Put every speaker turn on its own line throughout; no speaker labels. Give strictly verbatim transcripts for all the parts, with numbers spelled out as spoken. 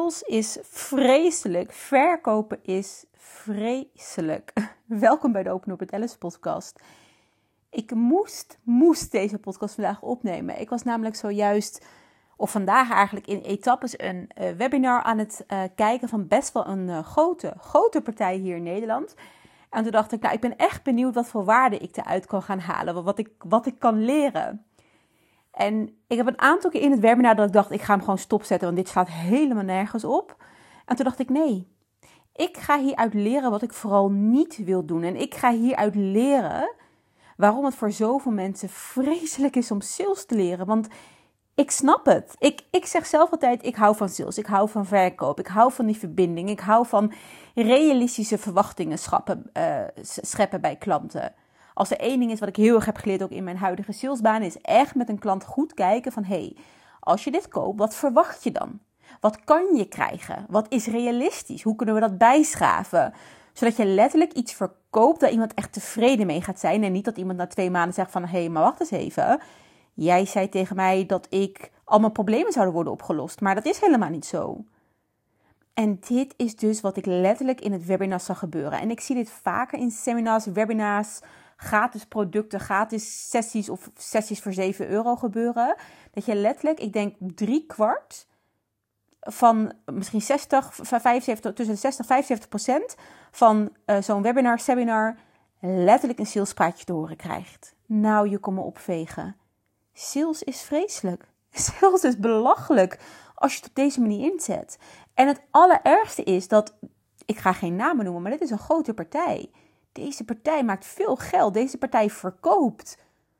Sales is vreselijk. Verkopen is vreselijk. Welkom bij de Open Up met Alice podcast. Ik moest, moest deze podcast vandaag opnemen. Ik was namelijk zojuist, of vandaag eigenlijk in etappes, een uh, webinar aan het uh, kijken van best wel een uh, grote, grote partij hier in Nederland. En toen dacht ik, nou, ik ben echt benieuwd wat voor waarde ik eruit kan gaan halen. Wat ik, wat ik kan leren. En ik heb een aantal keer in het webinar dat ik dacht, ik ga hem gewoon stopzetten, want dit slaat helemaal nergens op. En toen dacht ik, nee, ik ga hieruit leren wat ik vooral niet wil doen. En ik ga hieruit leren waarom het voor zoveel mensen vreselijk is om sales te leren. Want ik snap het. Ik, ik zeg zelf altijd, ik hou van sales, ik hou van verkoop, ik hou van die verbinding. Ik hou van realistische verwachtingen schappen, uh, scheppen bij klanten. Als er één ding is wat ik heel erg heb geleerd ook in mijn huidige salesbaan, is echt met een klant goed kijken van, hé, hey, als je dit koopt, wat verwacht je dan? Wat kan je krijgen? Wat is realistisch? Hoe kunnen we dat bijschaven? Zodat je letterlijk iets verkoopt waar iemand echt tevreden mee gaat zijn. En niet dat iemand na twee maanden zegt van, hé, hey, maar wacht eens even. Jij zei tegen mij dat ik al mijn problemen zouden worden opgelost. Maar dat is helemaal niet zo. En dit is dus wat ik letterlijk in het webinar zag gebeuren. En ik zie dit vaker in seminars, webinars, gratis producten, gratis sessies of sessies voor zeven euro gebeuren. Dat je letterlijk, ik denk drie kwart van misschien zestig, vijfenzeventig, tussen de zestig en vijfenzeventig procent van uh, zo'n webinar, seminar, letterlijk een salespraatje te horen krijgt. Nou, je kon me opvegen. Sales is vreselijk. Sales is belachelijk als je het op deze manier inzet. En het allerergste is dat, ik ga geen namen noemen, maar dit is een grote partij. Deze partij maakt veel geld. Deze partij verkoopt.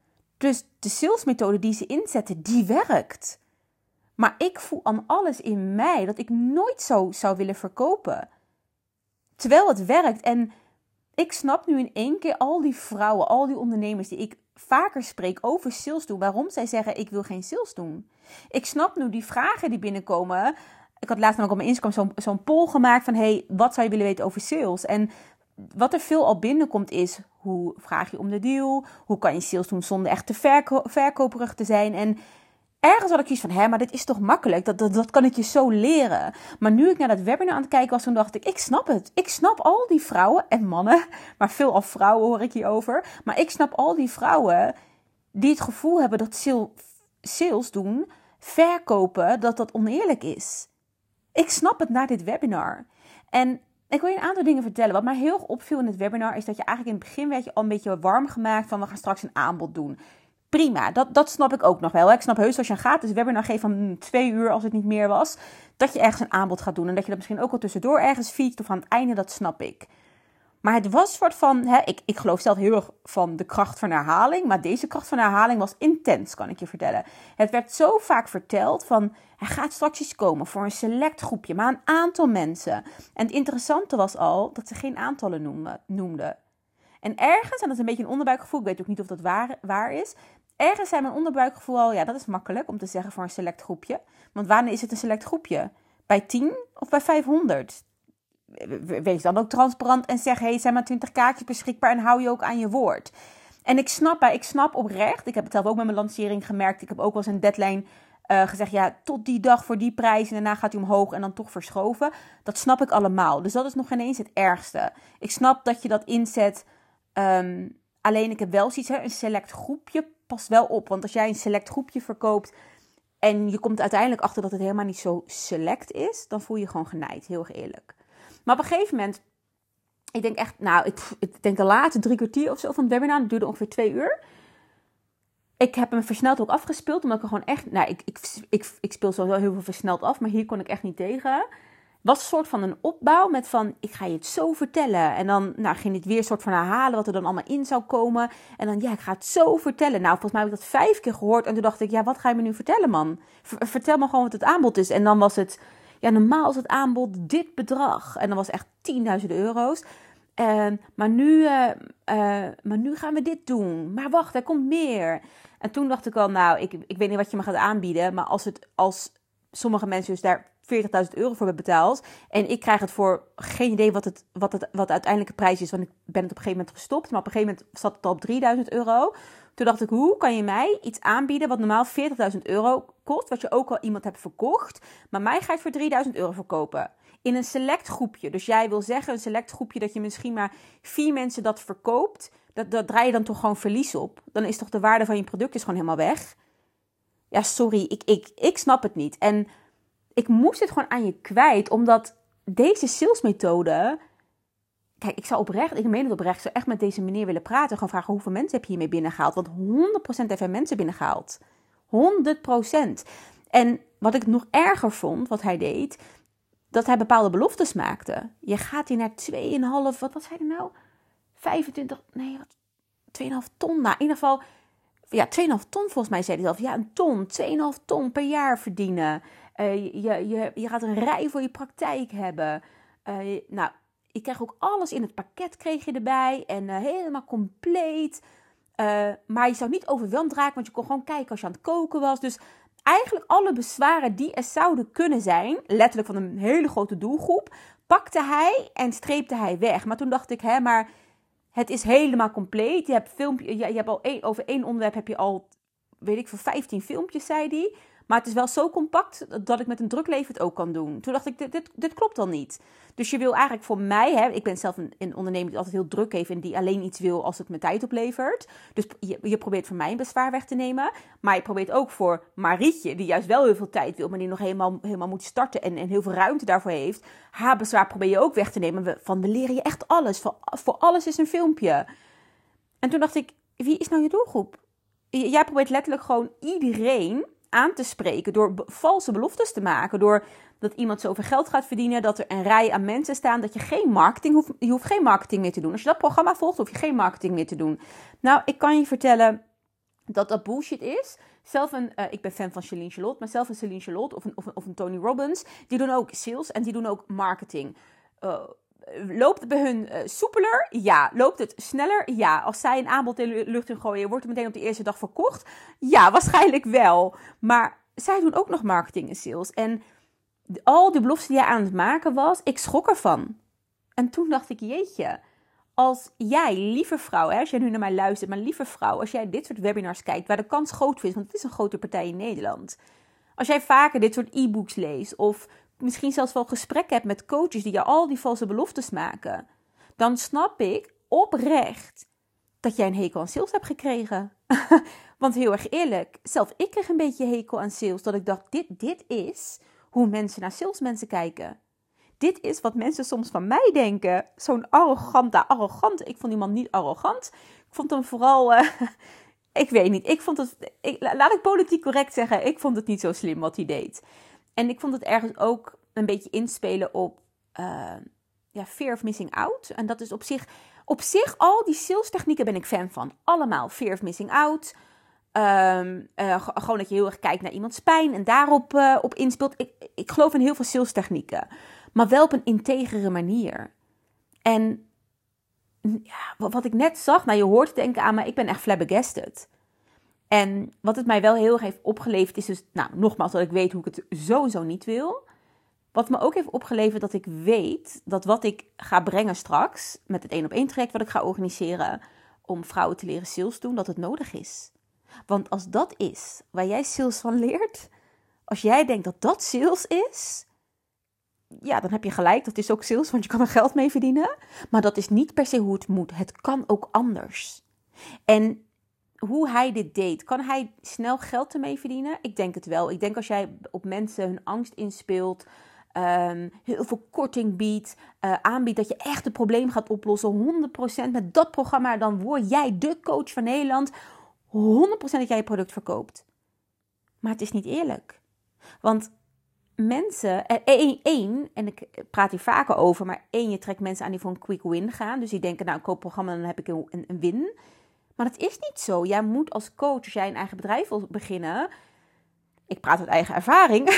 Dus de salesmethode die ze inzetten, die werkt. Maar ik voel aan alles in mij dat ik nooit zo zou willen verkopen. Terwijl het werkt. En ik snap nu in één keer al die vrouwen, al die ondernemers die ik vaker spreek over sales doen. Waarom zij zeggen, ik wil geen sales doen. Ik snap nu die vragen die binnenkomen. Ik had laatst nog op mijn Instagram zo'n, zo'n poll gemaakt van, hey, wat zou je willen weten over sales? En wat er veel al binnenkomt is, hoe vraag je om de deal? Hoe kan je sales doen zonder echt te verko- verkoperig te zijn? En ergens had ik iets van, hé, maar dit is toch makkelijk? Dat, dat, dat kan ik je zo leren. Maar nu ik naar dat webinar aan het kijken was, toen dacht ik, ik snap het. Ik snap al die vrouwen en mannen, maar veelal vrouwen hoor ik hierover. Maar ik snap al die vrouwen die het gevoel hebben dat sales doen, verkopen, dat dat oneerlijk is. Ik snap het na dit webinar. En ik wil je een aantal dingen vertellen. Wat mij heel erg opviel in het webinar is dat je eigenlijk in het begin werd je al een beetje warm gemaakt van, we gaan straks een aanbod doen. Prima, dat, dat snap ik ook nog wel. Ik snap heus als je een gratis webinar geeft van twee uur als het niet meer was, dat je ergens een aanbod gaat doen. En dat je dat misschien ook al tussendoor ergens fietst of aan het einde, dat snap ik. Maar het was een soort van, hè, ik, ik geloof zelf heel erg van de kracht van herhaling. Maar deze kracht van herhaling was intens, kan ik je vertellen. Het werd zo vaak verteld van, hij gaat straks iets komen voor een select groepje, maar een aantal mensen. En het interessante was al dat ze geen aantallen noemden. noemden. En ergens, en dat is een beetje een onderbuikgevoel, ik weet ook niet of dat waar, waar is. Ergens zei mijn onderbuikgevoel al, ja, dat is makkelijk om te zeggen voor een select groepje. Want wanneer is het een select groepje? Bij tien of bij vijfhonderd? Wees dan ook transparant en zeg, hey, zijn maar twintig kaartjes beschikbaar en hou je ook aan je woord. En ik snap, ik snap oprecht, ik heb het zelf ook met mijn lancering gemerkt, ik heb ook wel eens een deadline uh, gezegd, ja, tot die dag voor die prijs en daarna gaat hij omhoog en dan toch verschoven. Dat snap ik allemaal, dus dat is nog geen eens het ergste. Ik snap dat je dat inzet, um, alleen ik heb wel zoiets, hè, een select groepje past wel op, want als jij een select groepje verkoopt en je komt uiteindelijk achter dat het helemaal niet zo select is, dan voel je je gewoon genaaid, heel erg eerlijk. Maar op een gegeven moment, ik denk echt, nou, ik, ik denk de laatste drie kwartier of zo van het webinar, dat duurde ongeveer twee uur. Ik heb hem versneld ook afgespeeld, omdat ik er gewoon echt, nou, ik, ik, ik, ik speel sowieso heel veel versneld af, maar hier kon ik echt niet tegen. Het was een soort van een opbouw met van, ik ga je het zo vertellen. En dan nou, ging dit weer een soort van herhalen wat er dan allemaal in zou komen. En dan, ja, ik ga het zo vertellen. Nou, volgens mij heb ik dat vijf keer gehoord. En toen dacht ik, ja, wat ga je me nu vertellen, man? V- vertel me gewoon wat het aanbod is. En dan was het, ja, normaal is het aanbod dit bedrag. En dan was het echt tienduizend euro's. Uh, maar, nu, uh, uh, maar nu gaan we dit doen. Maar wacht, er komt meer. En toen dacht ik al, nou, ik, ik weet niet wat je me gaat aanbieden. Maar als, het, als sommige mensen dus daar veertigduizend euro voor hebben betaald. En ik krijg het voor geen idee wat, het, wat, het, wat de uiteindelijke prijs is. Want ik ben het op een gegeven moment gestopt. Maar op een gegeven moment zat het al op drieduizend euro. Toen dacht ik, hoe kan je mij iets aanbieden wat normaal veertigduizend euro kost, wat je ook al iemand hebt verkocht, maar mij ga je voor drieduizend euro verkopen. In een select groepje. Dus jij wil zeggen, een select groepje dat je misschien maar vier mensen dat verkoopt, dat, dat draai je dan toch gewoon verlies op. Dan is toch de waarde van je product is gewoon helemaal weg. Ja, sorry, ik, ik, ik snap het niet. En ik moest het gewoon aan je kwijt, omdat deze salesmethode... Kijk, ik zou oprecht, ik meen het oprecht, ik zou echt met deze meneer willen praten. Gewoon vragen, hoeveel mensen heb je hiermee binnengehaald? Want honderd procent heeft hij mensen binnengehaald. honderd procent. En wat ik nog erger vond, wat hij deed, dat hij bepaalde beloftes maakte. Je gaat hier naar twee komma vijf, wat, wat zei hij nou? vijfentwintig, nee, wat? twee komma vijf ton. Nou, in ieder geval, ja, twee komma vijf ton volgens mij zei hij zelf. Ja, een ton, twee komma vijf ton per jaar verdienen. Uh, je, je, je gaat een rij voor je praktijk hebben. Uh, nou... Je krijgt ook alles in het pakket kreeg je erbij. En uh, helemaal compleet. Uh, maar je zou niet overweldigd raken. Want je kon gewoon kijken als je aan het koken was. Dus eigenlijk alle bezwaren die er zouden kunnen zijn. Letterlijk van een hele grote doelgroep. Pakte hij en streepte hij weg. Maar toen dacht ik, hè, maar het is helemaal compleet. Je hebt, filmpje, je, je hebt al één, over één onderwerp heb je al, weet ik, voor vijftien filmpjes, zei hij. Maar het is wel zo compact dat ik met een drukleven het ook kan doen. Toen dacht ik, dit, dit, dit klopt dan niet. Dus je wil eigenlijk voor mij, hè, ik ben zelf een, een ondernemer die altijd heel druk heeft en die alleen iets wil als het me tijd oplevert. Dus je, je probeert voor mij een bezwaar weg te nemen. Maar je probeert ook voor Marietje, die juist wel heel veel tijd wil, maar die nog helemaal, helemaal moet starten en, en heel veel ruimte daarvoor heeft. Haar bezwaar probeer je ook weg te nemen. We, van, we leren je echt alles. Voor, voor alles is een filmpje. En toen dacht ik, wie is nou je doelgroep? Jij probeert letterlijk gewoon iedereen aan te spreken door be- valse beloftes te maken, door dat iemand zoveel geld gaat verdienen, dat er een rij aan mensen staan, dat je geen marketing hoeft, je hoeft geen marketing meer te doen. Als je dat programma volgt, hoef je geen marketing meer te doen. Nou, ik kan je vertellen dat dat bullshit is. Zelf een, uh, ik ben fan van Celine Charlotte, maar zelf een Celine Charlotte of een, of een, of een Tony Robbins, die doen ook sales en die doen ook marketing. Uh, Loopt het bij hun uh, soepeler? Ja. Loopt het sneller? Ja. Als zij een aanbod in de lucht in gooien, wordt het meteen op de eerste dag verkocht? Ja, waarschijnlijk wel. Maar zij doen ook nog marketing en sales. En al die beloften die hij aan het maken was, ik schrok ervan. En toen dacht ik, jeetje, als jij, lieve vrouw, hè, als jij nu naar mij luistert, maar lieve vrouw, als jij dit soort webinars kijkt, waar de kans groot is, want het is een grote partij in Nederland. Als jij vaker dit soort e-books leest of misschien zelfs wel gesprekken hebt met coaches die je al die valse beloftes maken, dan snap ik oprecht dat jij een hekel aan sales hebt gekregen. Want heel erg eerlijk, zelf ik kreeg een beetje hekel aan sales, dat ik dacht, dit, dit is hoe mensen naar salesmensen kijken. Dit is wat mensen soms van mij denken. Zo'n arrogante, arrogant. Ik vond die man niet arrogant. Ik vond hem vooral, uh, ik weet niet, ik vond het, ik, laat ik politiek correct zeggen, ik vond het niet zo slim wat hij deed. En ik vond het ergens ook een beetje inspelen op uh, ja, fear of missing out. En dat is op zich, op zich al die sales technieken ben ik fan van. Allemaal fear of missing out. Um, uh, g- gewoon dat je heel erg kijkt naar iemands pijn en daarop uh, op inspeelt. Ik, ik geloof in heel veel sales technieken. Maar wel op een integere manier. En ja, wat, wat ik net zag, nou je hoort het denken aan, maar ik ben echt flabbergasted. En wat het mij wel heel erg heeft opgeleverd is dus, nou nogmaals, dat ik weet hoe ik het sowieso niet wil. Wat me ook heeft opgeleverd dat ik weet dat wat ik ga brengen straks, met het één op één traject wat ik ga organiseren, om vrouwen te leren sales doen, dat het nodig is. Want als dat is waar jij sales van leert, als jij denkt dat dat sales is, ja, dan heb je gelijk, dat is ook sales, want je kan er geld mee verdienen. Maar dat is niet per se hoe het moet. Het kan ook anders. En hoe hij dit deed, kan hij snel geld ermee verdienen? Ik denk het wel. Ik denk als jij op mensen hun angst inspeelt, um, heel veel korting biedt, uh, aanbiedt dat je echt het probleem gaat oplossen, honderd procent met dat programma, dan word jij de coach van Nederland, honderd procent dat jij je product verkoopt. Maar het is niet eerlijk. Want mensen, één, één, en ik praat hier vaker over, maar één, je trekt mensen aan die voor een quick win gaan. Dus die denken, nou, ik koop programma, dan heb ik een, een win. Maar dat is niet zo. Jij moet als coach, als jij een eigen bedrijf wil beginnen, ik praat uit eigen ervaring,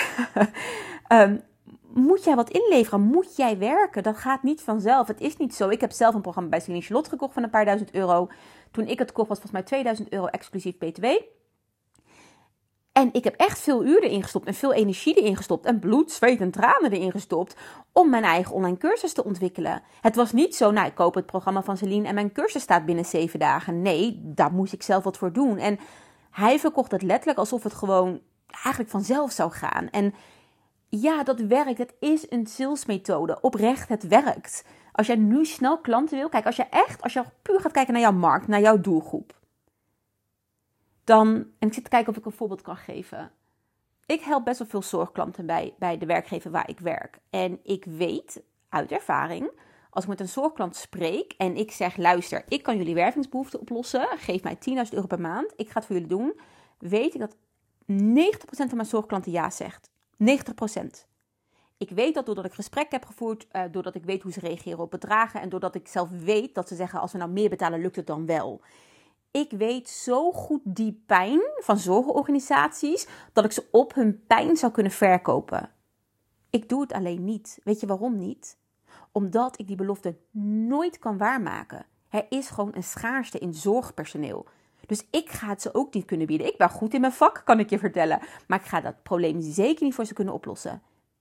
um, moet jij wat inleveren, moet jij werken. Dat gaat niet vanzelf. Het is niet zo. Ik heb zelf een programma bij Celine Charlotte gekocht van een paar duizend euro. Toen ik het kocht was volgens mij tweeduizend euro exclusief B T W. En ik heb echt veel uren erin gestopt en veel energie erin gestopt en bloed, zweet en tranen erin gestopt om mijn eigen online cursus te ontwikkelen. Het was niet zo, nou ik koop het programma van Celine en mijn cursus staat binnen zeven dagen. Nee, daar moest ik zelf wat voor doen. En hij verkocht het letterlijk alsof het gewoon eigenlijk vanzelf zou gaan. En ja, dat werkt. Het is een salesmethode. Oprecht, het werkt. Als jij nu snel klanten wil, kijk, als je echt, als je puur gaat kijken naar jouw markt, naar jouw doelgroep. Dan, en ik zit te kijken of ik een voorbeeld kan geven. Ik help best wel veel zorgklanten bij, bij de werkgever waar ik werk. En ik weet uit ervaring, als ik met een zorgklant spreek en ik zeg, luister, ik kan jullie wervingsbehoeften oplossen. Geef mij tienduizend euro per maand. Ik ga het voor jullie doen. Weet ik dat negentig procent van mijn zorgklanten ja zegt. negentig procent. Ik weet dat doordat ik gesprek heb gevoerd, uh, doordat ik weet hoe ze reageren op bedragen en doordat ik zelf weet dat ze zeggen, als we nou meer betalen, lukt het dan wel. Ik weet zo goed die pijn van zorgorganisaties dat ik ze op hun pijn zou kunnen verkopen. Ik doe het alleen niet. Weet je waarom niet? Omdat ik die belofte nooit kan waarmaken. Er is gewoon een schaarste in zorgpersoneel. Dus ik ga het ze ook niet kunnen bieden. Ik ben goed in mijn vak, kan ik je vertellen. Maar ik ga dat probleem zeker niet voor ze kunnen oplossen.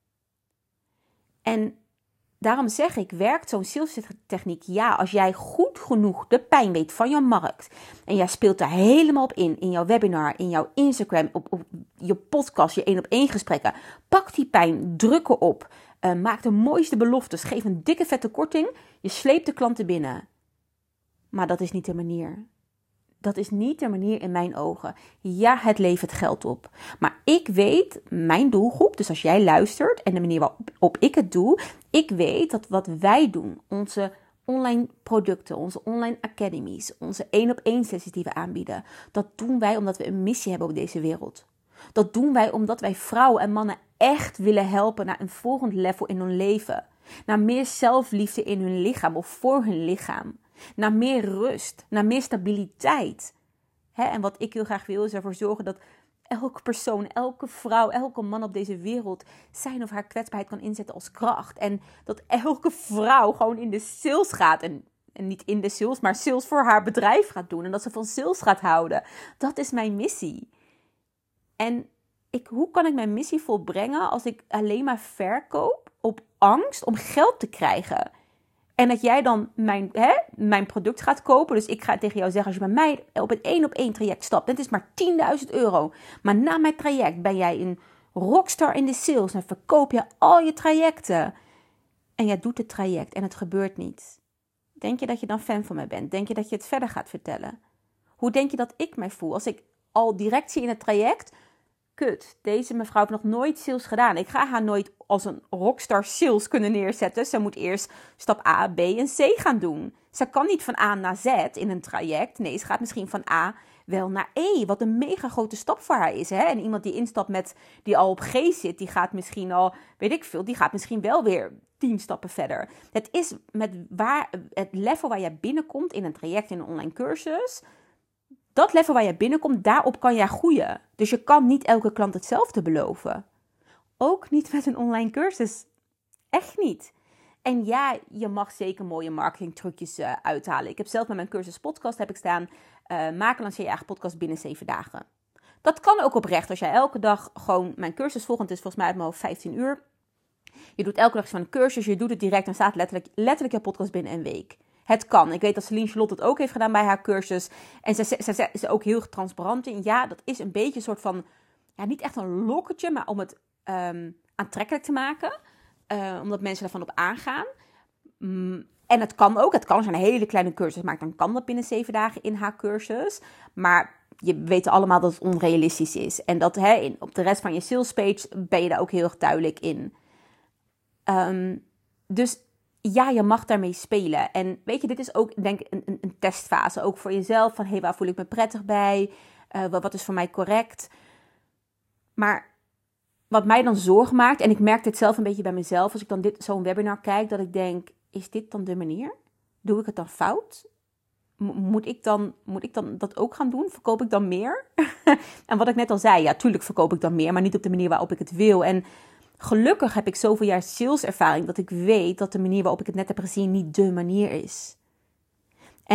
En daarom zeg ik, werkt zo'n salestechniek? Ja, als jij goed genoeg de pijn weet van jouw markt. En jij speelt daar helemaal op in. In jouw webinar, in jouw Instagram, op, op je podcast, je één op één gesprekken. Pak die pijn, druk erop. Uh, maak de mooiste beloftes. Geef een dikke vette korting. Je sleept de klanten binnen. Maar dat is niet de manier. Dat is niet de manier in mijn ogen. Ja, het levert geld op. Maar ik weet, mijn doelgroep, dus als jij luistert en de manier waarop ik het doe, ik weet dat wat wij doen, onze online producten, onze online academies, onze één op één sessies die we aanbieden, dat doen wij omdat we een missie hebben op deze wereld. Dat doen wij omdat wij vrouwen en mannen echt willen helpen naar een volgend level in hun leven. Naar meer zelfliefde in hun lichaam of voor hun lichaam. Naar meer rust, naar meer stabiliteit. Hè? En wat ik heel graag wil is ervoor zorgen dat elke persoon, elke vrouw, elke man op deze wereld zijn of haar kwetsbaarheid kan inzetten als kracht. En dat elke vrouw gewoon in de sales gaat. En, en niet in de sales, maar sales voor haar bedrijf gaat doen. En dat ze van sales gaat houden. Dat is mijn missie. En ik, hoe kan ik mijn missie volbrengen als ik alleen maar verkoop op angst om geld te krijgen? En dat jij dan mijn, hè, mijn product gaat kopen. Dus ik ga tegen jou zeggen, als je bij mij op het één op één traject stapt. Het is maar tienduizend euro. Maar na mijn traject ben jij een rockstar in de sales. En verkoop je al je trajecten. En jij doet het traject en het gebeurt niet. Denk je dat je dan fan van mij bent? Denk je dat je het verder gaat vertellen? Hoe denk je dat ik mij voel? Als ik al direct zie in het traject, kut, deze mevrouw heeft nog nooit sales gedaan. Ik ga haar nooit als een rockstar sales kunnen neerzetten. Ze moet eerst stap A, B en C gaan doen. Ze kan niet van A naar Z in een traject. Nee, ze gaat misschien van A wel naar E. Wat een mega grote stap voor haar is. Hè? En iemand die instapt met, die al op G zit, die gaat misschien al, weet ik veel, die gaat misschien wel weer tien stappen verder. Het is met waar, het level waar jij binnenkomt in een traject, in een online cursus. Dat level waar je binnenkomt, daarop kan jij groeien. Dus je kan niet elke klant hetzelfde beloven. Ook niet met een online cursus. Echt niet. En ja, je mag zeker mooie marketingtrucjes uh, uithalen. Ik heb zelf met mijn cursus podcast heb ik staan, uh, maken lanceer je eigen podcast binnen zeven dagen. Dat kan ook oprecht. Als jij elke dag gewoon, mijn cursus volgend is volgens mij uit mijn hoofd vijftien uur. Je doet elke dag zo'n cursus, je doet het direct, dan staat letterlijk, letterlijk je podcast binnen een week. Het kan. Ik weet dat Celine Charlotte het ook heeft gedaan bij haar cursus. En ze, ze, ze is er ook heel transparant in. Ja, dat is een beetje een soort van, ja, niet echt een lokketje, maar om het um, aantrekkelijk te maken. Uh, omdat mensen ervan op aangaan. Um, en het kan ook. Het kan als je een hele kleine cursus maakt, dan kan dat binnen zeven dagen in haar cursus. Maar je weet allemaal dat het onrealistisch is. En dat hè, in, op de rest van je sales page ben je daar ook heel erg duidelijk in. Um, dus ja, je mag daarmee spelen. En weet je, dit is ook denk ik een, een, een testfase. Ook voor jezelf. Van, hé, hey, waar voel ik me prettig bij? Uh, wat, wat is voor mij correct? Maar wat mij dan zorgen maakt, en ik merk dit zelf een beetje bij mezelf, als ik dan dit, zo'n webinar kijk, dat ik denk, is dit dan de manier? Doe ik het dan fout? Mo- moet, ik dan, moet ik dan dat ook gaan doen? Verkoop ik dan meer? En wat ik net al zei, ja, tuurlijk verkoop ik dan meer, maar niet op de manier waarop ik het wil. En gelukkig heb ik zoveel jaar saleservaring dat ik weet dat de manier waarop ik het net heb gezien niet de manier is. En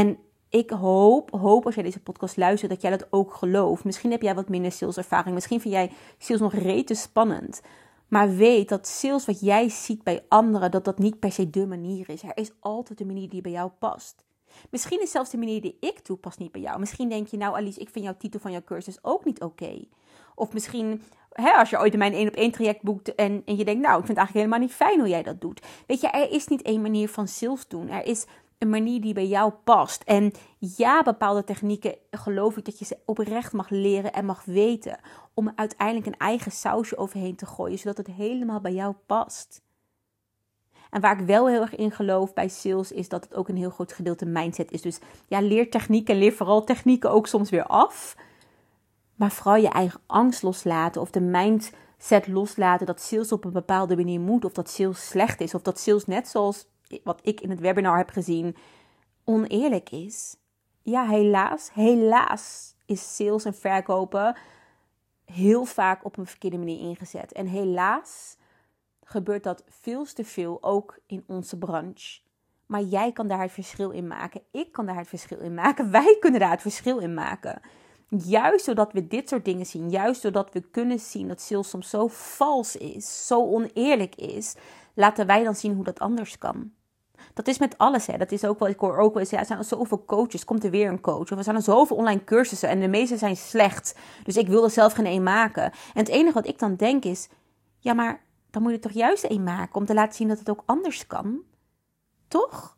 ik hoop, hoop als jij deze podcast luistert, dat jij dat ook gelooft. Misschien heb jij wat minder saleservaring. Misschien vind jij sales nog rete spannend. Maar weet dat sales wat jij ziet bij anderen, dat dat niet per se de manier is. Er is altijd een manier die bij jou past. Misschien is zelfs de manier die ik toepas niet bij jou. Misschien denk je, nou Alice, ik vind jouw titel van jouw cursus ook niet oké. Okay. Of misschien, hè, als je ooit in mijn één op één traject boekt en, en je denkt, nou, ik vind het eigenlijk helemaal niet fijn hoe jij dat doet. Weet je, er is niet één manier van sales doen. Er is een manier die bij jou past. En ja, bepaalde technieken geloof ik dat je ze oprecht mag leren en mag weten. Om er uiteindelijk een eigen sausje overheen te gooien, zodat het helemaal bij jou past. En waar ik wel heel erg in geloof bij sales is dat het ook een heel groot gedeelte mindset is. Dus ja, leer technieken, leer vooral technieken ook soms weer af. Maar vooral je eigen angst loslaten of de mindset loslaten dat sales op een bepaalde manier moet. Of dat sales slecht is. Of dat sales net zoals wat ik in het webinar heb gezien oneerlijk is. Ja, helaas, helaas is sales en verkopen heel vaak op een verkeerde manier ingezet. En helaas gebeurt dat veel te veel ook in onze branche. Maar jij kan daar het verschil in maken. Ik kan daar het verschil in maken. Wij kunnen daar het verschil in maken. Juist doordat we dit soort dingen zien. Juist doordat we kunnen zien dat sales soms zo vals is. Zo oneerlijk is. Laten wij dan zien hoe dat anders kan. Dat is met alles. Hè. Dat is ook wel, ik hoor ook wel eens, ja, er zijn al zoveel coaches. Komt er weer een coach? Of er zijn er zoveel online cursussen. En de meeste zijn slecht. Dus ik wil er zelf geen één maken. En het enige wat ik dan denk is, ja, maar dan moet je er toch juist één maken om te laten zien dat het ook anders kan. Toch?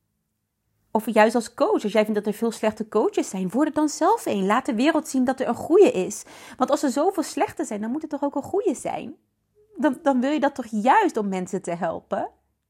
Of juist als coach, als jij vindt dat er veel slechte coaches zijn, word er dan zelf één. Laat de wereld zien dat er een goeie is. Want als er zoveel slechte zijn, dan moet er toch ook een goeie zijn? Dan, dan wil je dat toch juist om mensen te helpen?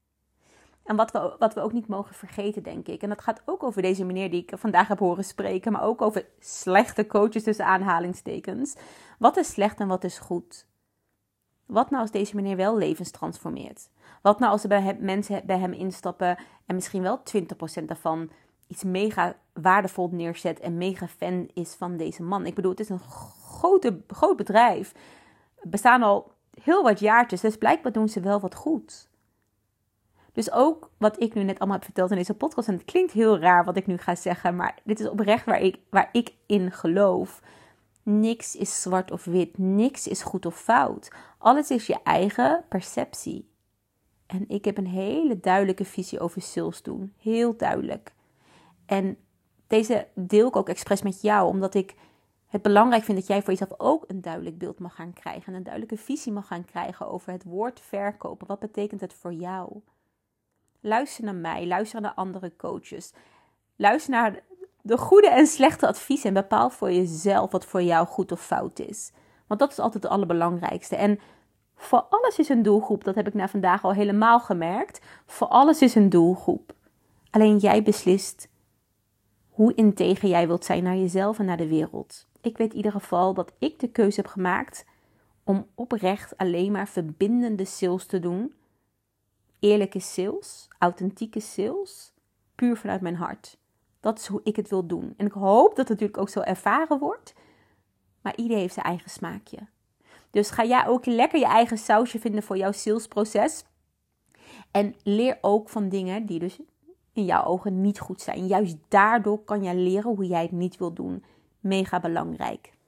En wat we, wat we ook niet mogen vergeten, denk ik. En dat gaat ook over deze meneer die ik vandaag heb horen spreken. Maar ook over slechte coaches tussen aanhalingstekens. Wat is slecht en wat is goed? Wat nou als deze meneer wel levens transformeert? Wat nou als er bij hem, mensen bij hem instappen en misschien wel twintig procent daarvan iets mega waardevol neerzet en mega fan is van deze man? Ik bedoel, het is een grote, groot bedrijf. We bestaan al heel wat jaartjes, dus blijkbaar doen ze wel wat goed. Dus ook wat ik nu net allemaal heb verteld in deze podcast, en het klinkt heel raar wat ik nu ga zeggen, maar dit is oprecht waar ik, waar ik in geloof. Niks is zwart of wit, niks is goed of fout. Alles is je eigen perceptie. En ik heb een hele duidelijke visie over sales doen. Heel duidelijk. En deze deel ik ook expres met jou, omdat ik het belangrijk vind dat jij voor jezelf ook een duidelijk beeld mag gaan krijgen. En een duidelijke visie mag gaan krijgen over het woord verkopen. Wat betekent het voor jou? Luister naar mij, luister naar andere coaches. Luister naar de goede en slechte adviezen en bepaal voor jezelf wat voor jou goed of fout is. Want dat is altijd het allerbelangrijkste. En voor alles is een doelgroep, dat heb ik na vandaag al helemaal gemerkt. Voor alles is een doelgroep. Alleen jij beslist hoe integer jij wilt zijn naar jezelf en naar de wereld. Ik weet in ieder geval dat ik de keuze heb gemaakt om oprecht alleen maar verbindende sales te doen. Eerlijke sales, authentieke sales, puur vanuit mijn hart. Dat is hoe ik het wil doen. En ik hoop dat het natuurlijk ook zo ervaren wordt. Maar iedereen heeft zijn eigen smaakje. Dus ga jij ook lekker je eigen sausje vinden voor jouw salesproces. En leer ook van dingen die dus in jouw ogen niet goed zijn. Juist daardoor kan jij leren hoe jij het niet wil doen. Mega belangrijk.